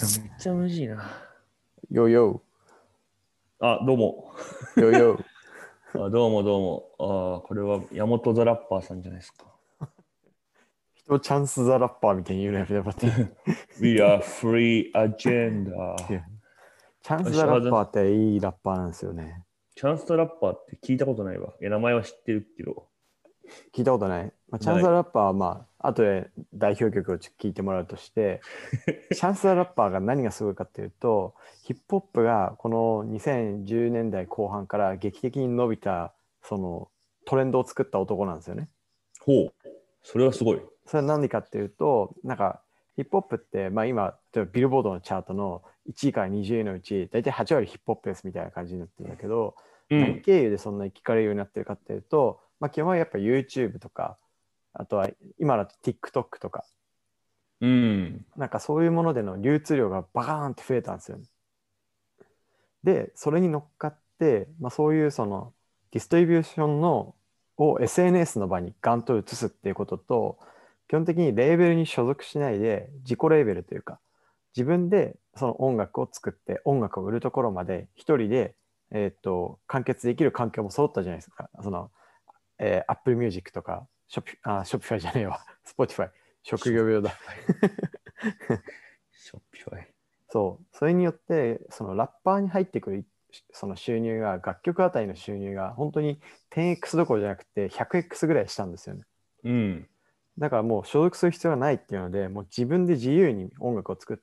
めっちゃむずいな。 ヨヨあ、どうも。 ヨヨあ、どうもどうも。これはヤモトザラッパーさんじゃないですか。 人チャンスザラッパーみたいに言うのやめてもらっていい？ We are free agenda。 いやチャンスよし、 ザラッパーっていいラッパーなんですよね。 チャンスザラッパーって聞いたことないわ。名前は知ってるけど。 聞いたことない、チャンスない。 ザラッパーは後で代表曲を聞いてもらうとして、チャンスザラッパーが何がすごいかっていうと、ヒップホップがこの2010年代後半から劇的に伸びたそのトレンドを作った男なんですよね。 ほう。それはすごい。 それは何かっていうと、なんかヒップホップって、今、例えばビルボードのチャートの1位から20位のうち、大体8割ヒップホップですみたいな感じになってるんだけど、何うん。 経由でそんなに聞かれるようになってるかっていうと、基本はやっぱ YouTube とか、あとは今だと TikTok とか、 うん。 なんかそういうものでの流通量がバカーンって増えたんですよね。で、それに乗っかって、そういうそのディストリビューションのを SNS の場にガンと移すっていうことと、基本的にレーベルに所属しないで自己レーベルというか、自分でその音楽を作って音楽を売るところまで一人で、完結できる環境も揃ったじゃないですか。Apple Music とかショッピファイじゃねえわ。Spotify。職ショッ業病だ。 ピファイ。ショッピファイ。 そう。それによって、そのラッパーに入ってくるその収入が、楽曲あたりの収入が本当に 10x どころじゃなくて 100x ぐらいしたんですよね。 うん。 だからもう所属する必要がないっていうので、もう自分で自由に音楽を作って、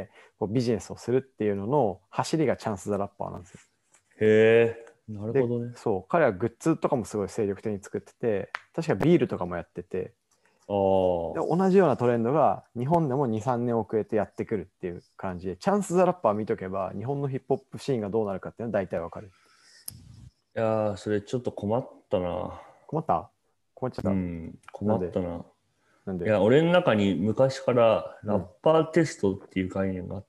こうビジネスをするっていうのの走りがチャンス・ザ・ラッパーなんですよ。 へえ、なるほで、 どね。 そう、彼はグッズとかもすごい精力的に作ってて、確かビールとかもやってて、 あで、 あ。 同じようなトレンドが日本でも2、3年遅れてやってくるっていう感じで、チャンス・ザ・ラッパー見とけば、日本のヒップホップシーンがどうなるかっていうのは大体わかる。 いやー、それちょっと困ったな。 困った困っちゃった。 うん。困なんでったな。 なんでいや、俺の中に昔からラッうん。 パーテストっていう概念があって、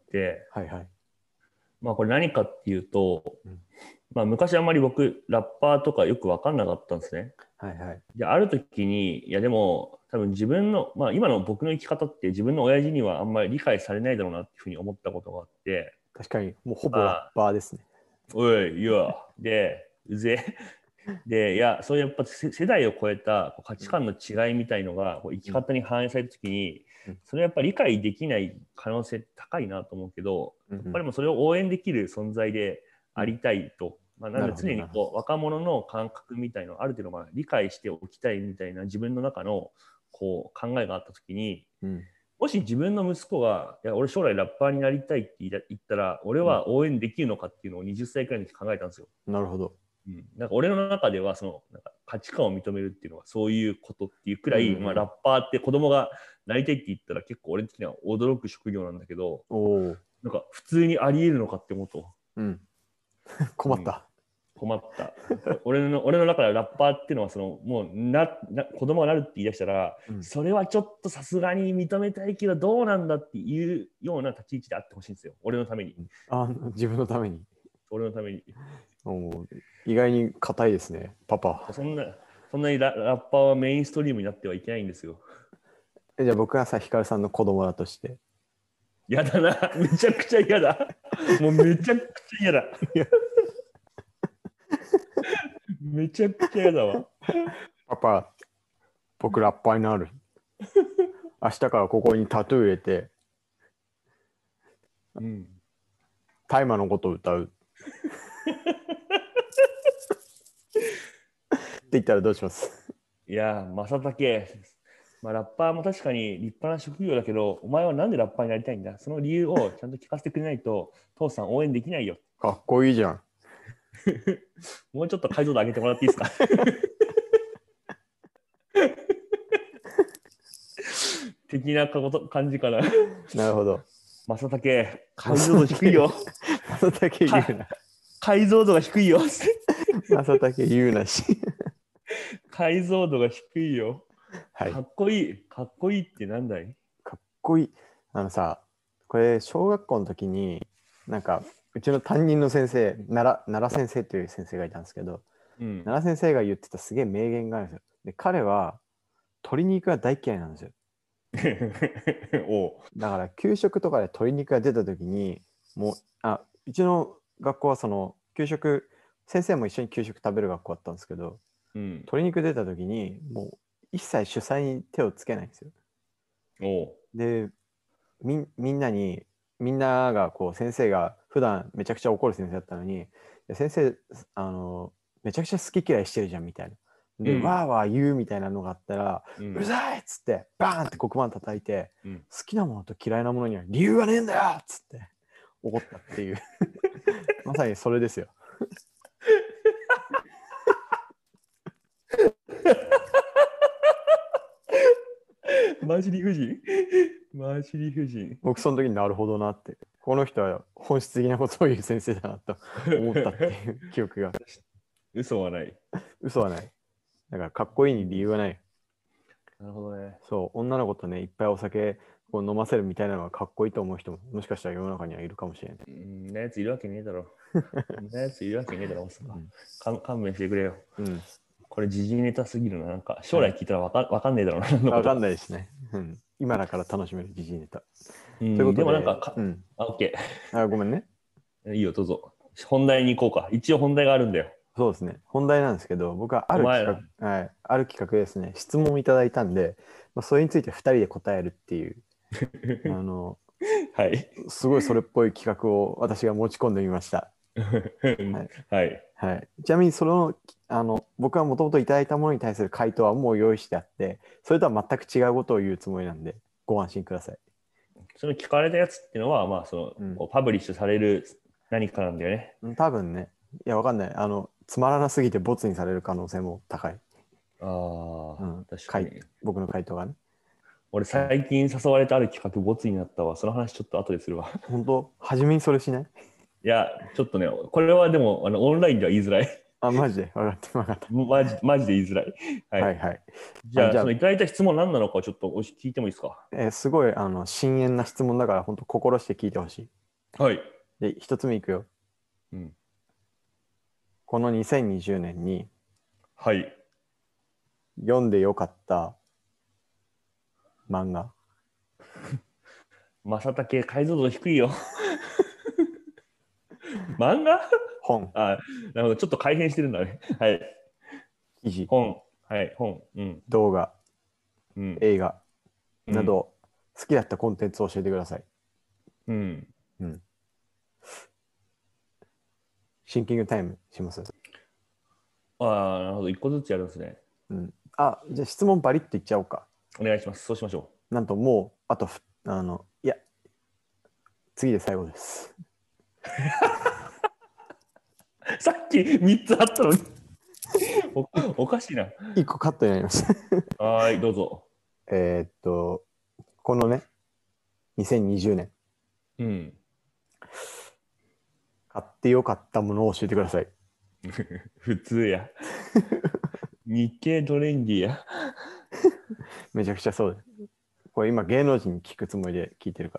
はいはい。 まあこれ何かっていうと、 うん。 まあ昔あんまり僕、ラッパーとかよくわかんなかったんですね。 はいはい。 で、ある時に、いやでも多分自分の、まあ今の僕の生き方って自分の親父にはあんまり理解されないだろうなっていうふうに思ったことがあって、 確かに、もうほぼラッまあ、 パーですね。 おい、いや、で、うぜで、いや、そういうやっぱ世代を超えたこう価うん。 値観の違いみたいのがこう生きうん。 方に反映されたときに、 うん。 それやっぱり理解できない可能性高いなと思うけど、 うん。 やっぱりもうそれを応援できる存在でうん。 ありたいと、まあ、なんなるほど、 で常になるほど。 こう若者の感覚みたいのをある程度まあ理解しておきたいみたいな自分の中のこう考えがあったときに、 うん。 もし自分の息子が、いや、俺将来ラッパーになりたいって言ったら、俺うん。 は応援できるのかっていうのを20歳くらいの時考えたんですよ。 なるほど。 うん、なんか俺の中ではそのなんか価値観を認めるっていうのはそういうことっていうくうん。うらい、まあ、ラッん。 パーって子供がなりたいって言ったら結構俺的には驚く職業なんだけど、 おお。 なんか普通にあり得るのかって思うと、 うん。 うん、 困った。 困った。俺の中ではラッパーっていうのはそのもう子供がなるって言い出したら、 うん。 それはちょっとさすがに認めたいけどどうなんだっていうような立ち位置であってほしいんですよ。俺のために。 自分のために。 俺のために。 意外に硬いですね、パパ。 そんなにラッパーはメインストリームになってはいけないんですよ。 じゃあ僕がさ、ヒカルさんの子供だとして。 やだな。めちゃくちゃ嫌だ。もうめちゃくちゃ嫌だ。 いやめちゃくちゃ嫌だわ。 パパ、僕ラッパーになる。明日からここにタトゥー入れて、 うん。 大麻のことを歌う。って言ったらどうします？ いや、正竹。まあ、ラッパーも確かに立派な職業だけど、お前はなんでラッパーになりたいんだ？その理由をちゃんと聞かせてくれないと、父さん応援できないよ。 かっこいいじゃん。 もうちょっと解像度上げてもらっていいですか？的な感じかな。 なるほど。 正竹、解像度低いよ。 正竹言うな。 解像度が低いよ。 正竹言うなし。 解像度が低いよ。 はい。 かっこいい。かっこいいってなんだい？ かっこいい。これ、小学校の時に、なんか、うちの担任の先生、奈良先生という先生がいたんですけど、 うん。 奈良先生が言ってたすげえ名言があるんですよ。で、彼は鶏肉が大嫌いなんですよ。 おう。 だから給食とかで鶏肉が出た時にもううちの学校はその給食先生も一緒に給食食べる学校だったんですけど、 うん。 鶏肉出た時にもう一切主菜に手をつけないんですよ。 おう。 でみんながこう先生が普段めちゃくちゃ怒る先生だったのに、いや先生めちゃくちゃ好き嫌いしてるじゃんみたいな。で、 うんわーわー言うみたいなのがあったら、 うんうるさいっつってバーンって黒板叩いて、 うん。 好きなものと嫌いなものには理由がねえんだよっつって怒ったっていうまさにそれですよ。 マジ理不尽。マジ理不尽。 僕その時になるほどなって、この人は本質的なことを言う先生だなと思ったっていう記憶が。 嘘はない。 嘘はない。だからかっこいいに理由はない。 なるほどね。 そう、女の子とねいっぱいお酒こう飲ませるみたいなのがかっこいいと思う人ももしかしたら世の中にはいるかもしれない。 んなやついるわけねえだろ。んなやついるわけねえだろ、大阪。 うん勘弁してくれよ。 うんこれ時事ネタすぎるな。なんか将来聞いたらわかんねえだろうな。 わかんないですね。うん。今だから楽しめる時事ネタ。 うんということで、 でもなんかうん。 オッケごめんね。 ー。いいよ、どうぞ。本題に行こうか。一応本題があるんだよ。 そうですね。本題なんですけど、僕はあお前る企画、はい、ある企画ですね、質問をいただいたんで、それについて2人で答えるっていう、 はい。 すごいそれっぽい企画を私が持ち込んでみました。 はい。 はい。ちなみに僕はもともといただいたものに対する回答はもう用意してあって、それとは全く違うことを言うつもりなんで、ご安心ください。 その聞かれたやつっていうのは、まあ、こうパブリッシュされる何かなんだよね。 多分ね、いや、わかんない。つまらなすぎてボツにされる可能性も高い。 ああ、確かに。 僕の回答がね。 俺、最近誘われたある企画、ボツになったわ。その話ちょっと後でするわ。 本当初めにそれしない？ いや、ちょっとね、これはでも、オンラインでは言いづらい。 マジで分かった分かった。 マジで言いづらい。はい。 はいはい。 じゃあ、そのいただいた質問何なのかちょっと聞いてもいいですか？ すごい深遠な質問だから本当心して聞いてほしい。 はい。 で、一つ目いくよ。 うん。 この2020年にはい。 読んでよかった漫画。 正竹解像度低いよ。漫画本。 なるほど。ちょっと改変してるんだね。はい。 記事。 本。はい。本。うん。 動画。 うん。 映画。など、好きだったコンテンツを教えてください。 うん。 うん。シンキングタイムします？ なるほど。一個ずつやるんですね。 うん。じゃあ質問バリッといっちゃおうか。 お願いします。そうしましょう。なんともう、あと、いや、次で最後です。 さっき3つあったのにおかしいな。 1個カットになりましたはい、どうぞ。 このね、2020年。 うん。 買ってよかったものを教えてください。 普通や。日経トレンディや。 めちゃくちゃそうです。これ今芸能人に聞くつもりで聞いてるから。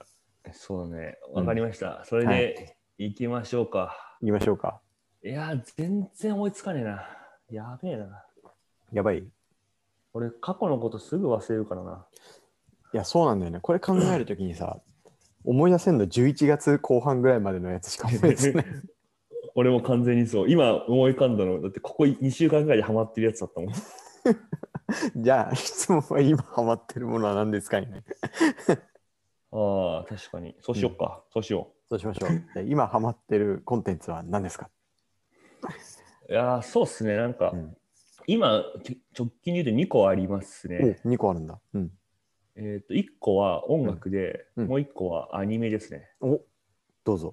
そうね。わかりました。それで行きましょうか。 行きましょうか。 いや、全然追いつかねえな。やべえな。 やばい。 俺、過去のことすぐ忘れるからな。 いや、そうなんだよね。これ考えるときにさ、思い出せんの11月後半ぐらいまでのやつしか思い出せない。 俺も完全にそう。今思い浮かんだの、だってここ2週間ぐらいでハマってるやつだったもん。 じゃあ、質問は今ハマってるものは何ですかね。 ああ、確かに。そうしようか。そうしよそうしましょう。じゃあ今ハマってるコンテンツは何ですか？ う。いやー、そうっすね。なんか、今、直近で言うと2個ありますね。 2個あるんだ。 1個は音楽で、もう1個はアニメですね。 どうぞ。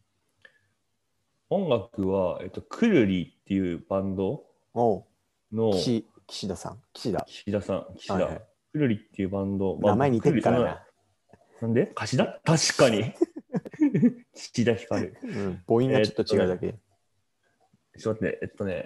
音楽は、くるりっていうバンドの岸田さん。 岸田。 はいはい、 くるりっていうバンド。 名前似てるからな。 なんで貸しだ確かに。岸田ひかる。 母音がちょっと違うだけ。 ちょっと待って、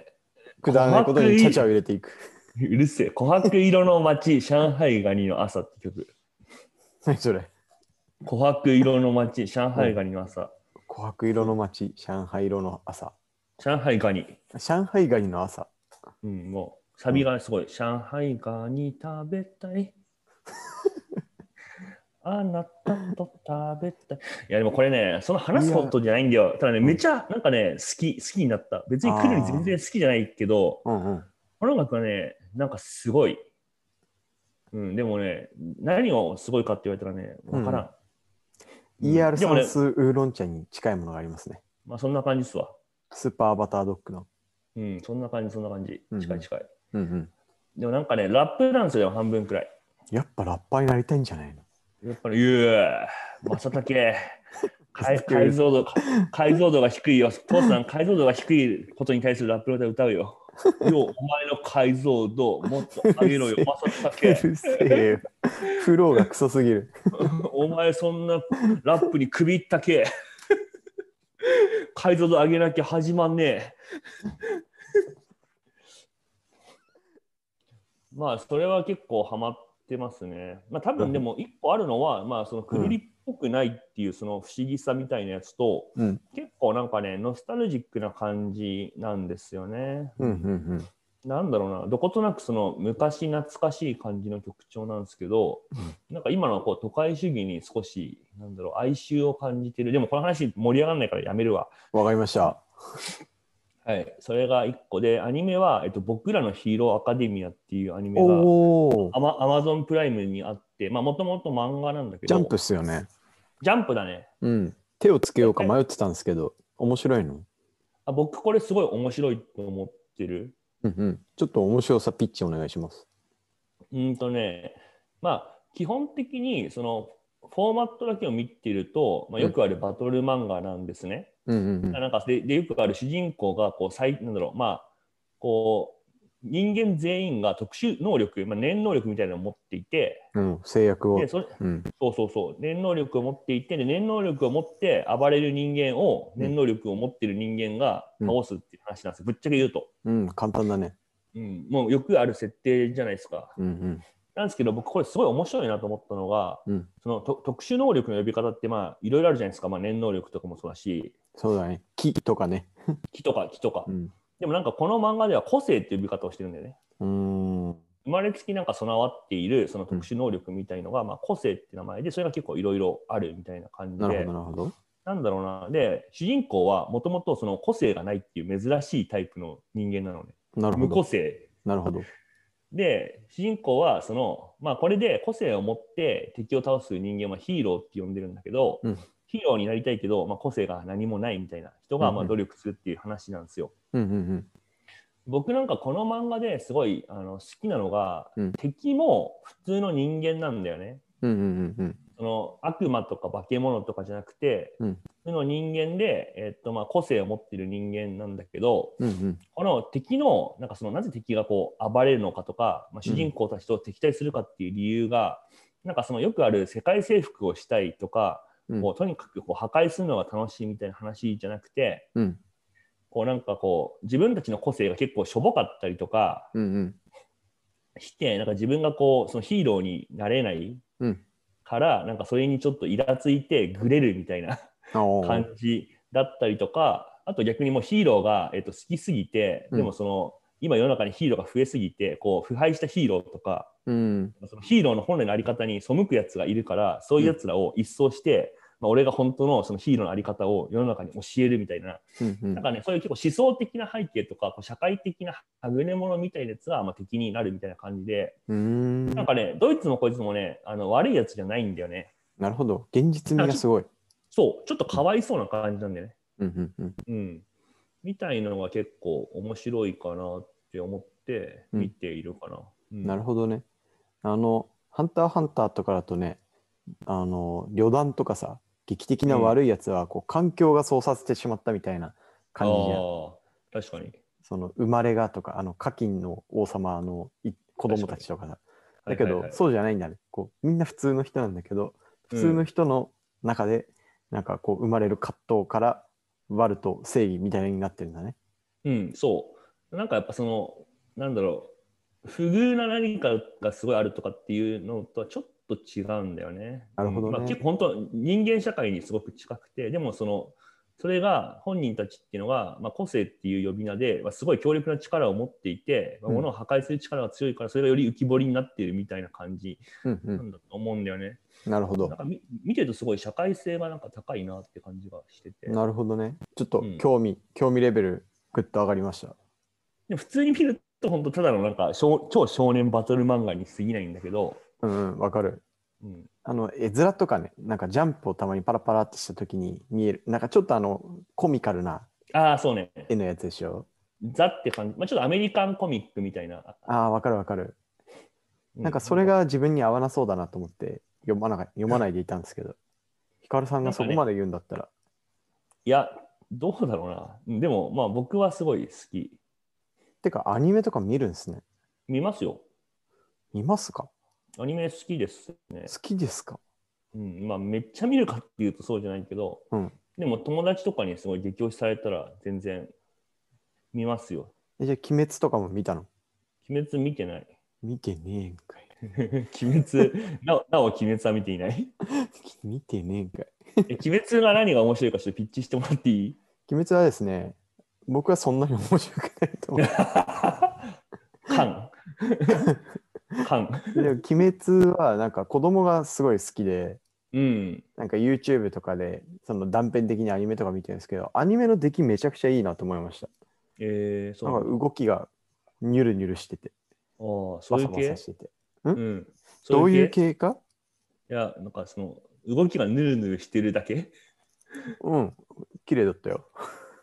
くだらないことにちゃちゃを入れていく。 うるせえ。琥珀色の街、上海ガニの朝って曲。 何それ？ 琥珀色の街、上海ガニの朝。 琥珀色の街、上海色の朝。 上海ガニ。 上海ガニの朝。 もう、サビがすごい。上海ガニ食べたい。 あなたと食べたい。いやでもこれね、その話すことじゃないんだよ。ただね、めちゃなんかね、好きになった。別に来るに全然好きじゃないけど、 うんうん。 この音楽はね、なんかすごい。うん、でもね、何をすごいかって言われたらね、わからん。 ER でもね、 酸スウーロン茶に近いものがありますね。 まあそんな感じっすわ。 スーパーバタードッグの。 うん、そんな感じ、そんな感じ。近い近い。 うんうん。 でもなんかね、ラップダンスでは半分くらい。 やっぱラッパーになりたいんじゃないの？ やっぱり、正竹、解像度が低いよ。父さん、解像度が低いことに対するラップの歌歌うよ。お前の解像度もっと上げろよ、正う竹。 るせえよ。フローがクソすぎる。 お前そんなラップに首ったけ。解像度上げなきゃ始まんねえ。まあ、それは結構ハマってますね。まあ、多分でも一個あるのは、まあ、そのくるりっぽくないっていうその不思議さみたいなやつと、結構なんかね、ノスタルジックな感じなんですよね。なんだろうな、どことなくその昔懐かしい感じの曲調なんですけど、なんか今のこう都会主義に少し、なんだろう、哀愁を感じてる。でもこの話盛り上がらないからやめるわ。 わかりました。 はい、それが1個で、アニメは、僕らのヒーローアカデミアっていうアニメがアマゾンプライムにあって、もともと漫画なんだけど、 ジャンプっすよね。 ジャンプだね。 うん。手をつけようか迷ってたんですけど、面白いの？ 僕これすごい面白いと思ってる。 ちょっと面白さピッチお願いします。 まあ、基本的にそのフォーマットだけを見ていると、よくあるバトル漫画なんですね。なんかでよくある主人公がこうなんだろう、こう人間全員が特殊能力、念能力みたいなのを持っていて、 制約を。 そう、念能力を持っていて、で念能力を持って暴れる人間を念能力を持っている人間が倒すっていう話なんですよ、ぶっちゃけ言うと。 簡単だね。 もうよくある設定じゃないですか。なんですけど、僕これすごい面白いなと思ったのが、その特殊能力の呼び方っていろいろあるじゃないですか。念能力とかもそうだし。 そうだね。木とかね。 木とか。でもなんかこの漫画では個性って呼び方をしてるんだよね。生まれつきなんか備わっているその特殊能力みたいのが、個性って名前で、それが結構いろいろあるみたいな感じで。 なるほど。 なんだろうな。で、主人公はもともとその個性がないっていう珍しいタイプの人間なのね。無個性。 なるほど。 で、主人公はその、これで個性を持って敵を倒す人間はヒーローって呼んでるんだけど、ヒーローになりたいけど、個性が何もないみたいな人が努力するっていう話なんですよ。僕なんかこの漫画ですごい好きなのが、敵も普通の人間なんだよね。その悪魔とか化け物とかじゃなくて、普通の人間で、個性を持っている人間なんだけど、この敵のなんかそのなぜ敵がこう暴れるのかとか、主人公たちと敵対するかっていう理由が、なんかそのよくある世界征服をしたいとか、こうとにかくこう破壊するのが楽しいみたいな話じゃなくて、こうなんかこう自分たちの個性が結構しょぼかったりとかして、なんか自分がこうそのヒーローになれないから、なんかそれにちょっとイラついてグレるみたいな感じだったりとか、あと逆にもうヒーローが、好きすぎて、でもその今世の中にヒーローが増えすぎて、こう腐敗したヒーローとか、そのヒーローの本来のあり方に背くやつがいるから、そういうやつらを一掃して、俺が本当のそのヒーローのあり方を世の中に教えるみたいな、なんかね、そういう結構思想的な背景とか、社会的なはぐれ者みたいなやつが敵になるみたいな感じで、なんかね、どいつもこいつもね、悪いやつじゃないんだよね。 なるほど。現実味がすごい。 そう、ちょっとかわいそうな感じなんだよね。みたいなのが結構面白いかなって思って見ているかな。 なるほどね。ハンターハンターとかだとね、旅団とかさ、劇的な悪いやつはこう環境がそうさせてしまったみたいな感じじゃん。 確かに。 その生まれがとか、カキンの王様の子供たちとかだ。だけど、そうじゃないんだね。こうみんな普通の人なんだけど、普通の人の中で、なんかこう生まれる葛藤から悪と正義みたいになってるんだね。 そう。なんかやっぱその、なんだろう、不遇な何かがすごいあるとかっていうのとはちょっと違うんだよね。 なるほどね。 結構本当人間社会にすごく近くて、でもそのそれが本人たちっていうのが、まあ、個性っていう呼び名で、まあ、すごい強力な力を持っていて、まあ、物を破壊する力が強いから、それがより浮き彫りになっているみたいな感じなんだと思うんだよね。 なるほど。 なんか見てるとすごい社会性がなんか高いなって感じがしてて。 なるほどね。ちょっと興味レベルぐっと上がりました。 で普通に見ると本当ただのなんか超少年バトル漫画に過ぎないんだけど。 わかる。絵面とかね、なんかジャンプをたまにパラパラってした時に見える、なんかちょっとコミカルなそうね、 絵のやつでしょ。 ザって感じ、まあ、ちょっとアメリカンコミックみたいな。 わかるわかる。なんかそれが自分に合わなそうだなと思って読まないでいたんですけど、ヒカルさんがそこまで言うんだったら。 いや、どうだろうな。でもまあ僕はすごい好き。 てかアニメとか見るんですね。 見ますよ。 見ますか？ アニメ好きですね。 好きですか？ まあめっちゃ見るかっていうとそうじゃないけど、でも友達とかにすごい激推しされたら全然見ますよ。 じゃあ鬼滅とかも見たの？ 鬼滅見てない。 見てねえんかい。鬼滅なお鬼滅は見ていない。 見てねえんかい。 鬼滅が何が面白いかちょっとピッチしてもらっていい？ 鬼滅はですね、僕はそんなに面白くないと思う。でも鬼滅はなんか子供がすごい好きで、なんか YouTube とかでその断片的にアニメとか見てるんですけど、アニメの出来めちゃくちゃいいなと思いました。 そうなんか動きがニュルニュルしてて、 そういう系？ バサバサしてて。どういう系か？ いや、なんかその動きがヌルヌルしてるだけ？ 綺麗だったよ。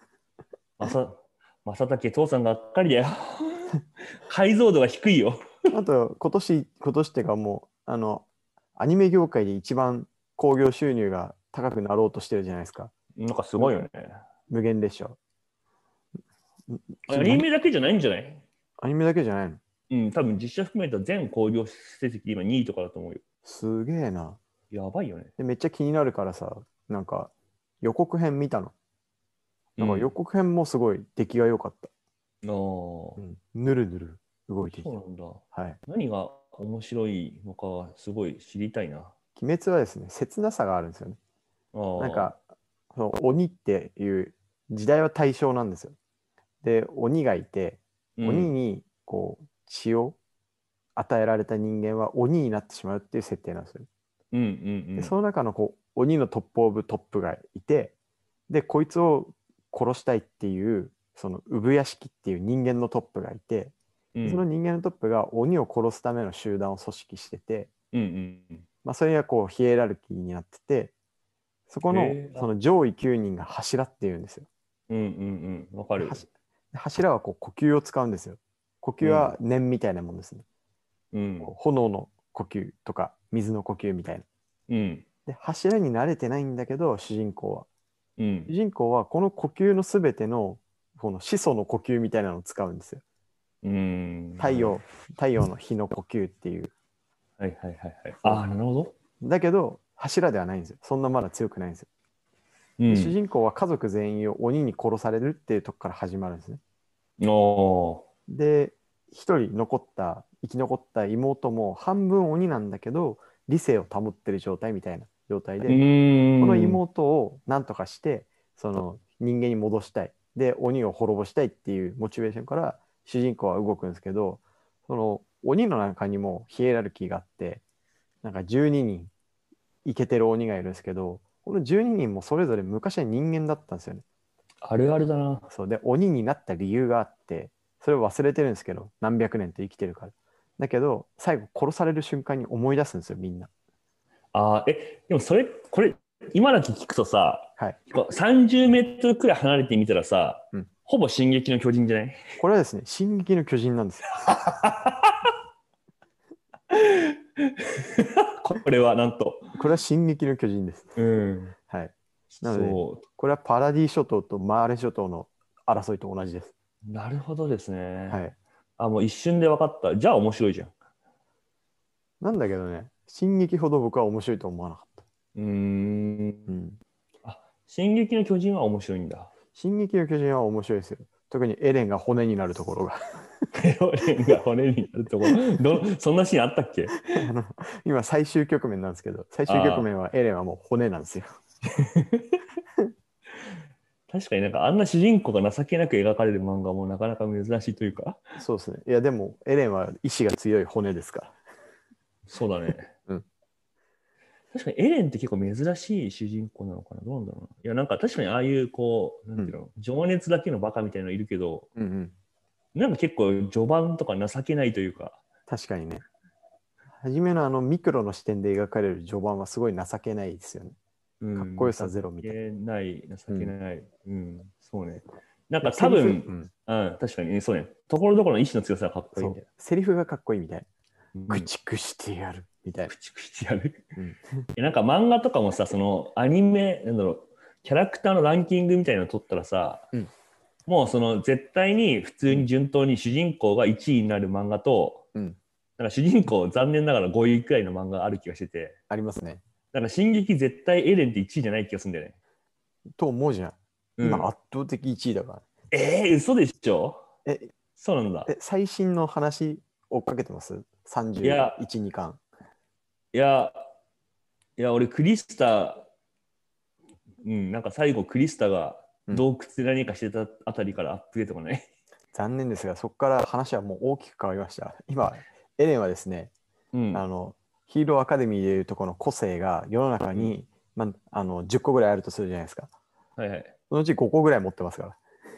正竹父さんがっかりだよ。解像度が低いよ。 あと今年っていうかもうアニメ業界で一番興行収入が高くなろうとしてるじゃないですか。 なんかすごいよね。 無限列車。 アニメだけじゃないんじゃない？ アニメだけじゃないの？ 多分実写含めた全興行成績今2位とかだと思うよ。 すげえな。 やばいよね。 でめっちゃ気になるからさ、なんか予告編見たの。なんか予告編もすごい出来が良かった。ぬるぬる動いていて。 そうなんだ。 はい。 何が面白いのかはすごい知りたいな。 鬼滅はですね、切なさがあるんですよね。なんかその鬼っていう時代は大正なんですよ。で、鬼がいて、鬼にこう血を与えられた人間は鬼になってしまうっていう設定なんですよ。でその中の鬼のトップオブトップがいて、でこいつを殺したいっていうその産屋敷っていう人間のトップがいて、その人間のトップが鬼を殺すための集団を組織してて、それがこうヒエラルキーになってて、そこのその上位9人が柱っていうんですよ。 わかる。 柱はこう呼吸を使うんですよ。呼吸は念みたいなもんですね。炎の呼吸とか水の呼吸みたいな。で柱に慣れてないんだけど主人公は。主人公はこの呼吸のすべてのこの始祖の呼吸みたいなのを使うんですよ。太陽の火の呼吸っていう。 なるほど。 だけど柱ではないんですよ。そんなまだ強くないんですよ。主人公は家族全員を鬼に殺されるっていうとこから始まるんですね。で一人生き残った妹も半分鬼なんだけど理性を保ってる状態みたいな状態で、この妹を何とかしてその人間に戻したい、で鬼を滅ぼしたいっていうモチベーションから主人公は動くんですけど、その鬼の中にもヒエラルキーがあって、なんか12人イケてる鬼がいるんですけど、この12人もそれぞれ昔は人間だったんですよね。 あるあるだな。 そうで鬼になった理由があって、それを忘れてるんですけど、何百年と生きてるから。だけど最後殺される瞬間に思い出すんですよ、みんな。 でもこれ今だけ聞くとさ、30メートルくらい離れてみたらさ、ほぼ進撃の巨人じゃない？ これはですね、進撃の巨人なんですよ。 これはなんと。 これは進撃の巨人です。はい。なので、これはパラディ諸島とマーレ諸島の争いと同じです。 なるほどですね。 はい。 もう一瞬で分かった。じゃあ面白いじゃん。 なんだけどね、進撃ほど僕は面白いと思わなかった。 進撃の巨人は面白いんだ。 進撃の巨人は面白いですよ。特にエレンが骨になるところが。 エレンが骨になるところ。そんなシーンあったっけ？ 今最終局面なんですけど、最終局面はエレンはもう骨なんですよ。 確かになんかあんな主人公が情けなく描かれる漫画もなかなか珍しいというか。 そうですね。いや、でも、エレンは意志が強い骨ですから。 そうだね。 うん。 確かにエレンって結構珍しい主人公なのかな。どうなんだろうな。いや、なんか確かにああいうこう、なんていうの、情熱だけのバカみたいなのいるけど、 うんうん。 なんか結構序盤とか情けないというか。 確かにね。初めのミクロの視点で描かれる序盤はすごい情けないですよね。かっこよさゼロみたいな。 情けない。うん、そうね。なんかセリフ、 多分、確かに、ね、そうね。ところどころの意志の強さがかっこいいみたいな。 セリフがかっこいいみたいな。 駆逐してやるみたいな。 駆逐してやる。なんか漫画とかもさ、そのアニメ、なんだろう、キャラクターのランキングみたいなの取ったらさ、もうその絶対に普通に順当に主人公が1位になる漫画と、なんか主人公残念ながら5位くらいの漫画ある気がしてて。 ありますね。 なんか進撃絶対エレンって1位じゃない気がするんだよね。 と思うじゃん。今圧倒的1位だから。 嘘でしょ？そうなんだ。 最新の話追っかけてます？ 31、2巻。 いや、俺クリスタ、なんか最後クリスタが洞窟で何かしてたあたりからアップデートがね。 残念ですが、そこから話はもう大きく変わりました。今、エレンはですね、ヒーローアカデミーでいうとこの個性が世の中に、10個ぐらいあるとするじゃないですか。 はいはい。 そのうち5個ぐらい持ってますから。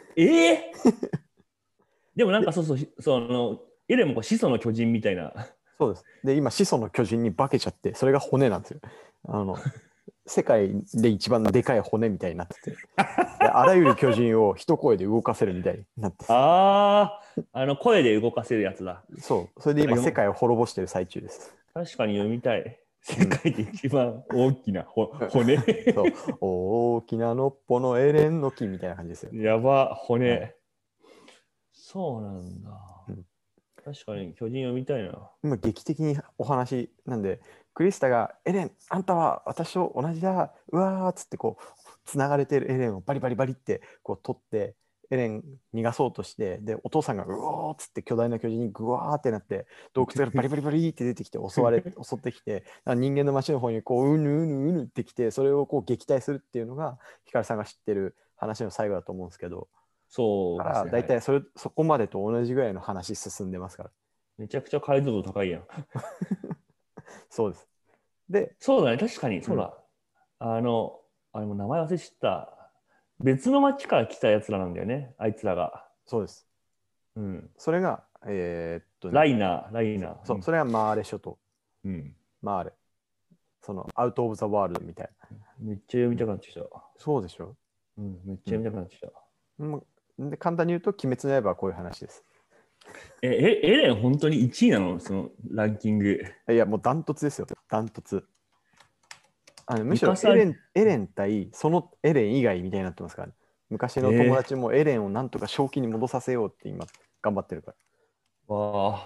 でもなんかそのエレンも始祖の巨人みたいな。 そうです。で、今、始祖の巨人に化けちゃって、それが骨なんですよ。世界で一番でかい骨みたいになってて、あらゆる巨人を一声で動かせるみたいになってて。 声で動かせるやつだ。 そう。それで今、世界を滅ぼしてる最中です。 確かに読みたい。世界で一番大きな骨。 そう。大きなのっぽのエレンの木みたいな感じですよ。 やば、骨。そうなんだ。確かに巨人読みたいな。 今劇的にお話なんで、クリスタがエレン、あんたは私と同じだ、うわーっつってこうつながれてるエレンをバリバリバリってこう取ってエレン逃がそうとして、でお父さんがうおーっつって巨大な巨人にグワーってなって洞窟からバリバリバリって出てきて襲ってきて、人間の街の方にこううぬうぬうぬってきて、それをこう撃退するっていうのがヒカルさんが知ってる話の最後だと思うんですけど、 そうですね。 だから大体そこまでと同じぐらいの話進んでますから。 めちゃくちゃ解像度高いやん。 そうです。で、 そうだね、確かに、そうだ。あれも名前忘れちゃった。別の町から来たやつらなんだよね、あいつらが。 そうです。それが、 ライナー。 そう、それがマーレ諸島。マーレ。その、アウト・オブ・ザ・ワールドみたいな。 めっちゃ読みたくなってきた。 そうでしょ。 めっちゃ読みたくなってきた。 で簡単に言うと、鬼滅の刃はこういう話です。 エレン本当に1位なの？そのランキング。 いや、もうダントツですよ。ダントツ。むしろエレン対そのエレン以外みたいになってますからね。昔の友達もエレンをなんとか正気に戻させようって今頑張ってるから。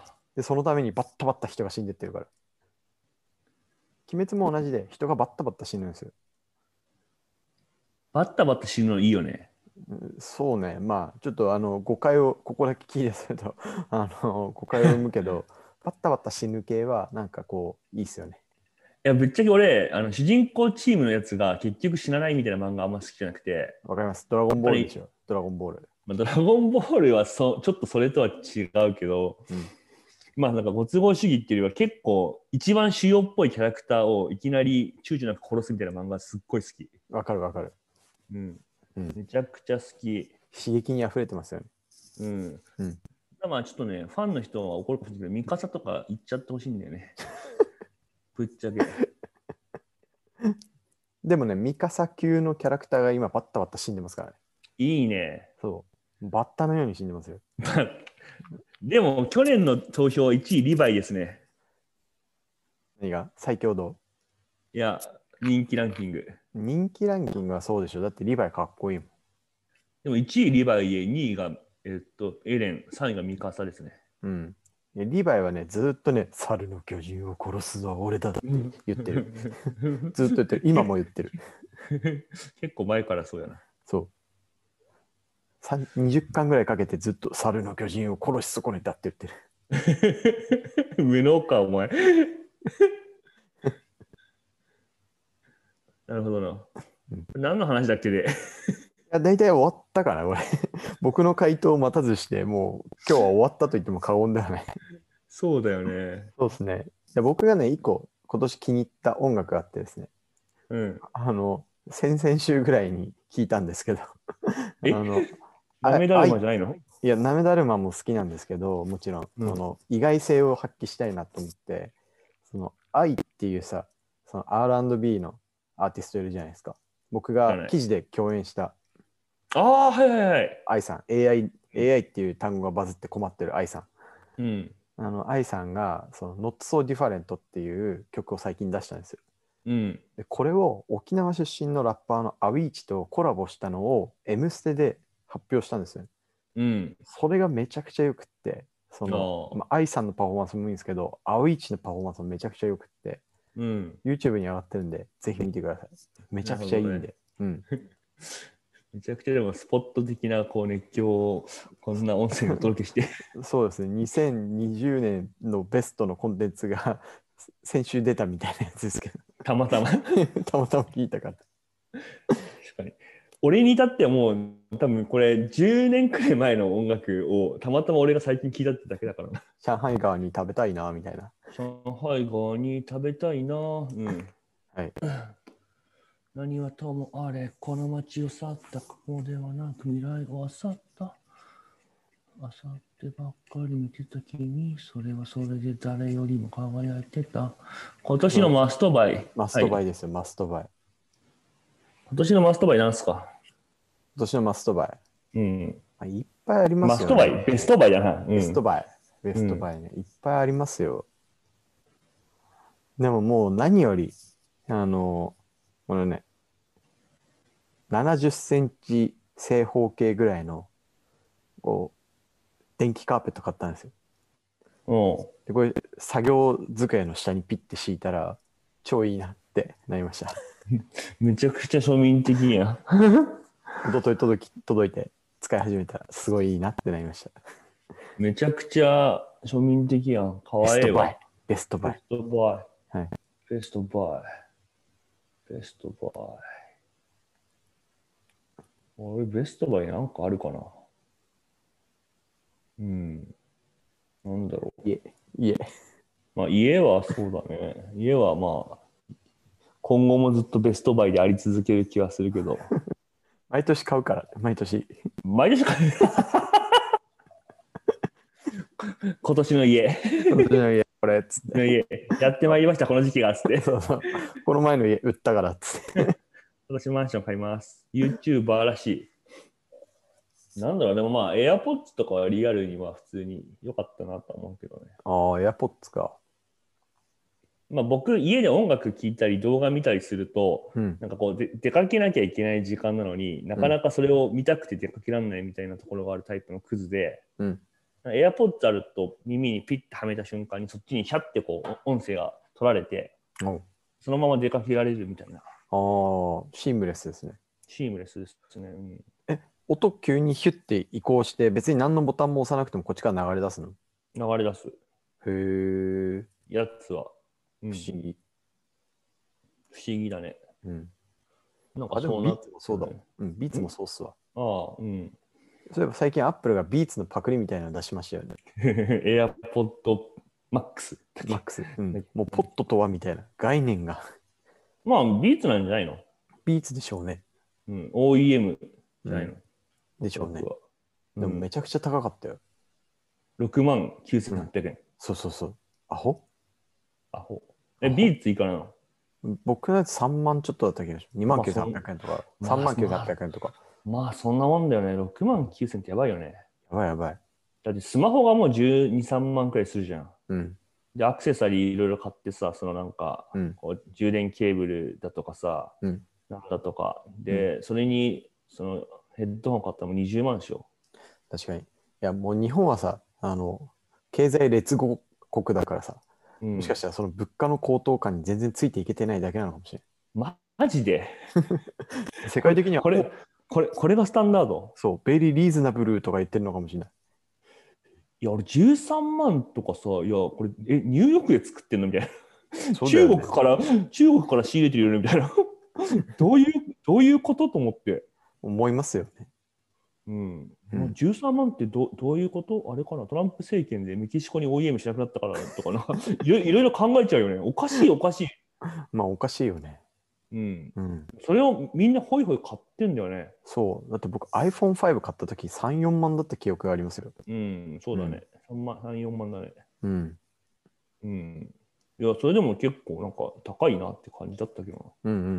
で、そのためにバッタバッタ人が死んでってるから。鬼滅も同じで人がバッタバッタ死ぬんですよ。 バッタバッタ死ぬのいいよね。 そうね。まあ、ちょっと誤解をここだけ聞いてすると誤解を生むけど、バッタバッタ死ぬ系はなんかこういいっすよね。 いや、ぶっちゃけ俺、主人公チームのやつが結局死なないみたいな漫画あんま好きじゃなくて。 わかります。ドラゴンボールでしょ。ドラゴンボール。 ドラゴンボールはちょっとそれとは違うけど、まあなんかご都合主義っていうよりは結構一番主要っぽいキャラクターをいきなり躊躇なく殺すみたいな漫画すっごい好き。 わかるわかる。 めちゃくちゃ好き。 刺激に溢れてますよね。 まあちょっとね、ファンの人は怒るかもしれないけど、ミカサとか言っちゃってほしいんだよね。ぶっちゃけ。 でもね、ミカサ級のキャラクターが今バッタバッタ死んでますからね。 いいね。 そう。バッタのように死んでますよ。 でも去年の投票1位リヴァイですね。 何が最強度？ いや、人気ランキング。 人気ランキングはそうでしょ。だってリヴァイかっこいいもん。 でも1位リヴァイで2位が、エレン、3位がミカサですね。 リヴァイはね、ずっとね、猿の巨人を殺すのは俺だって言ってる。ずっと言ってる。今も言ってる。 結構前からそうやな。 そう。20巻ぐらいかけてずっと猿の巨人を殺し損ねたって言ってる。上のか、お前。なるほどな。何の話だっけで。 や、大体終わったかな、これ。僕の回答を待たずして、もう今日は終わったと言っても過言ではない。 そうだよね。 そうですね。僕がね、一個今年気に入った音楽があってですね、 うん。 先々週ぐらいに聞いたんですけど、 えなめだるまじゃないの？ いや、なめだるまも好きなんですけど、もちろん、 うん意外性を発揮したいなと思って、愛っていうさ、その R&B のアーティストいるじゃないですか。僕じゃない。 が記事で共演したああ、はいはいはい。 愛さん、AI っていう単語がバズって困ってる愛さん。 うん。 愛さんが、Not So Different っていう曲を最近出したんですよ。 うん。 で、これを沖縄出身のラッパーのアウィーチとコラボしたのを M ステで発表したんですよ。 うん。 それがめちゃくちゃよくって、 ああ。 愛さんのパフォーマンスもいいんですけど、アウィーチのパフォーマンスもめちゃくちゃよくって、 うん。 YouTube に上がってるんで、ぜひ見てください。めちゃくちゃいいんで。 ね、 うん。 めちゃくちゃでもスポット的なこう熱狂をこんな音声にお届けしてそうですね、2020年のベストのコンテンツが先週出たみたいなやつですけど、 たまたま確たまたま聞いたから。 かに俺に至ってはもう多分これ10年くらい前の音楽をたまたま俺が最近聞いたってだけだからな。 上海側に食べたいなみたいな。 上海側に食べたいな。うん。 はい。 何はともあれ、この街を去った過去ではなく未来を漁った。漁ってばっかり見てた君、それはそれで誰よりも輝いてた。今年のマストバイ。 マストバイはい、 ですよ、マストバイ。 今年のマストバイなんすか？ 今年のマストバイ。 うん。 いっぱいありますよね。 マストバイ、ベストバイだな。うん、 ベストバイ。ベストバイね。いっぱいありますよ。でももう何より、このね、70センチ正方形ぐらいの、こう、電気カーペット買ったんですよ。で、これ、作業机の下にピッて敷いたら、超いいなってなりました。 めちゃくちゃ庶民的やん。 一昨日届いて使い始めたら、すごいいいなってなりました。 めちゃくちゃ庶民的やん。かわいいわ。 ベストバイ。 ベストバイ。 はい。 ベストバイ。ベストバイ。俺、ベストバイなんかあるかな？うん。なんだろう。 家。 まあ、家はそうだね。家はまあ、今後もずっとベストバイであり続ける気はするけど。 毎年買うから、毎年。 毎年買う。今年の家。 今年の家、これっつって。 家やってまいりました、この時期がっつって。 そうそう。この前の家売ったからっつって。 今年マンション買います。YouTuber らしい。なんだろう、でもまあ、AirPods とかはリアルには普通に良かったなと思うけどね。 ああ、AirPods か。 まあ僕、家で音楽聴いたり動画見たりすると、 うん、 なんかこう出かけなきゃいけない時間なのになかなかそれを見たくて出かけられないみたいなところがあるタイプのクズで、 うん、 AirPods あると耳にピッてはめた瞬間にそっちにヒャッてこう音声が取られて、そのまま出かけられるみたいな。 ああ、シームレスですね。 シームレスですね。うん、 音急にヒュッて移行して別に何のボタンも押さなくてもこっちから流れ出すの？ 流れ出す。 へえ。 やつは。 不思議。 不思議だね。 うん。 なんかでもビーツもそうだ。うん、ビーツもそうっすわ。 ああ、うん。 そういえば最近アップルがビーツのパクリみたいなの出しましたよね。 AirPod Max。 マックス。うん。もうポットとはみたいな概念が。 まあ、ビーツなんじゃないの？ ビーツでしょうね。 うん、OEM じゃないの？ でしょうね。でもめちゃくちゃ高かったよ。 69,800円。 そう。アホ。 ビーツいかなの？ 僕のやつ3万ちょっとだった気がします。29,800円とか、39,800円とか。 まあそんなもんだよね。69,000ってやばいよね。 やばい。 だってスマホがもう12、3万くらいするじゃん。 うん。 で、アクセサリーいろいろ買ってさ、そのなんか、こう充電ケーブルだとかさ、なんだとか。で、それに、そのヘッドホン買ったらもう20万でしょ。 確かに。いや、もう日本はさ、経済劣後国だからさ、もしかしたらその物価の高騰感に全然ついていけてないだけなのかもしれない。マジで世界的にはこれがスタンダード？ そう、ベリーリーズナブルとか言ってるのかもしれない。 いや、俺13万とかさ、いや、これ、ニューヨークで作ってんのみたいな。 ね、 中国から仕入れてるよねみたいな。どういうことと思って。 思いますよね。 うん。13万ってどういうこと？あれかな、トランプ政権でメキシコに OEM しなくなったからとかな。いろいろ考えちゃうよね。おかしいおかしい。 まあおかしいよね。 うん。 うん。 それをみんなホイホイ買ってんだよね。 そう。だって僕 iPhone5 買った時3、4万だった記憶がありますよ。 うん、そうだね。3万、3、4万だね。 うん。 うん。いや、それでも結構なんか高いなって感じだったけどな。 うんうん。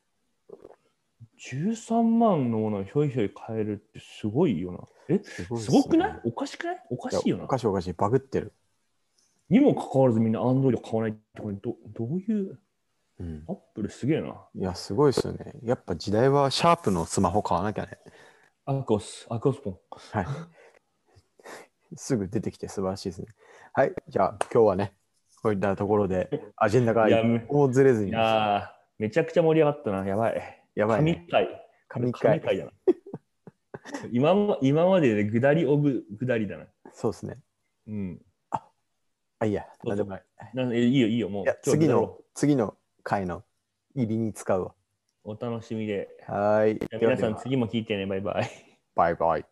13万のものをひょいひょい買えるってすごいよな。すごくない？おかしくない？おかしいよな。 おかしいおかしい。バグってる。 にもかかわらずみんな Android 買わないってこれどういう、アップルすげえな。 いや、すごいですよね。やっぱ時代はシャープのスマホ買わなきゃね。 アクオスポン。 はい。すぐ出てきて素晴らしいですね。はい。じゃあ今日はね、こういったところでアジェンダが一歩もずれずに。 いやめちゃくちゃ盛り上がったな。やばい。 やばい、ね。 神回だな。今まででグダリオブグダリだな。 そうですね。 うん。 いいや。 そうそう。いいよ、いいよ。もう次の回の入りに使うわ。 お楽しみで。 はい。 皆さん次も聞いてね。バイバイ。 バイバイ。